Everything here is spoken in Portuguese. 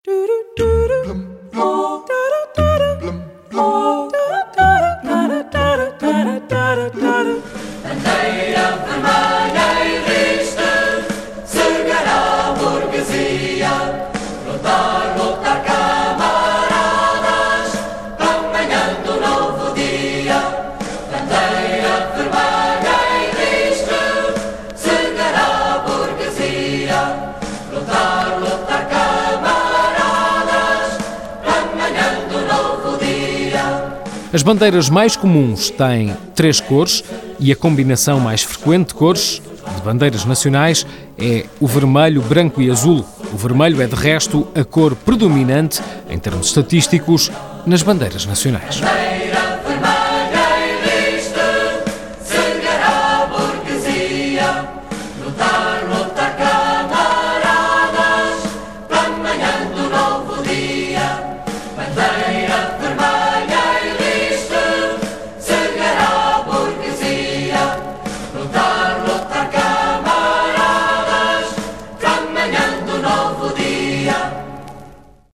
Bandeira vermelha existe, seguirá a burguesia. Lutar, lutar, camaradas, amanhã do novo dia. Bandeira vermelha existe, seguirá a burguesia. Lutar, lutar, camaradas, amanhã do novo dia. As bandeiras mais comuns têm 3 cores e a combinação mais frequente de cores de bandeiras nacionais é o vermelho, branco e azul. O vermelho é, de resto, a cor predominante, em termos estatísticos, nas bandeiras nacionais.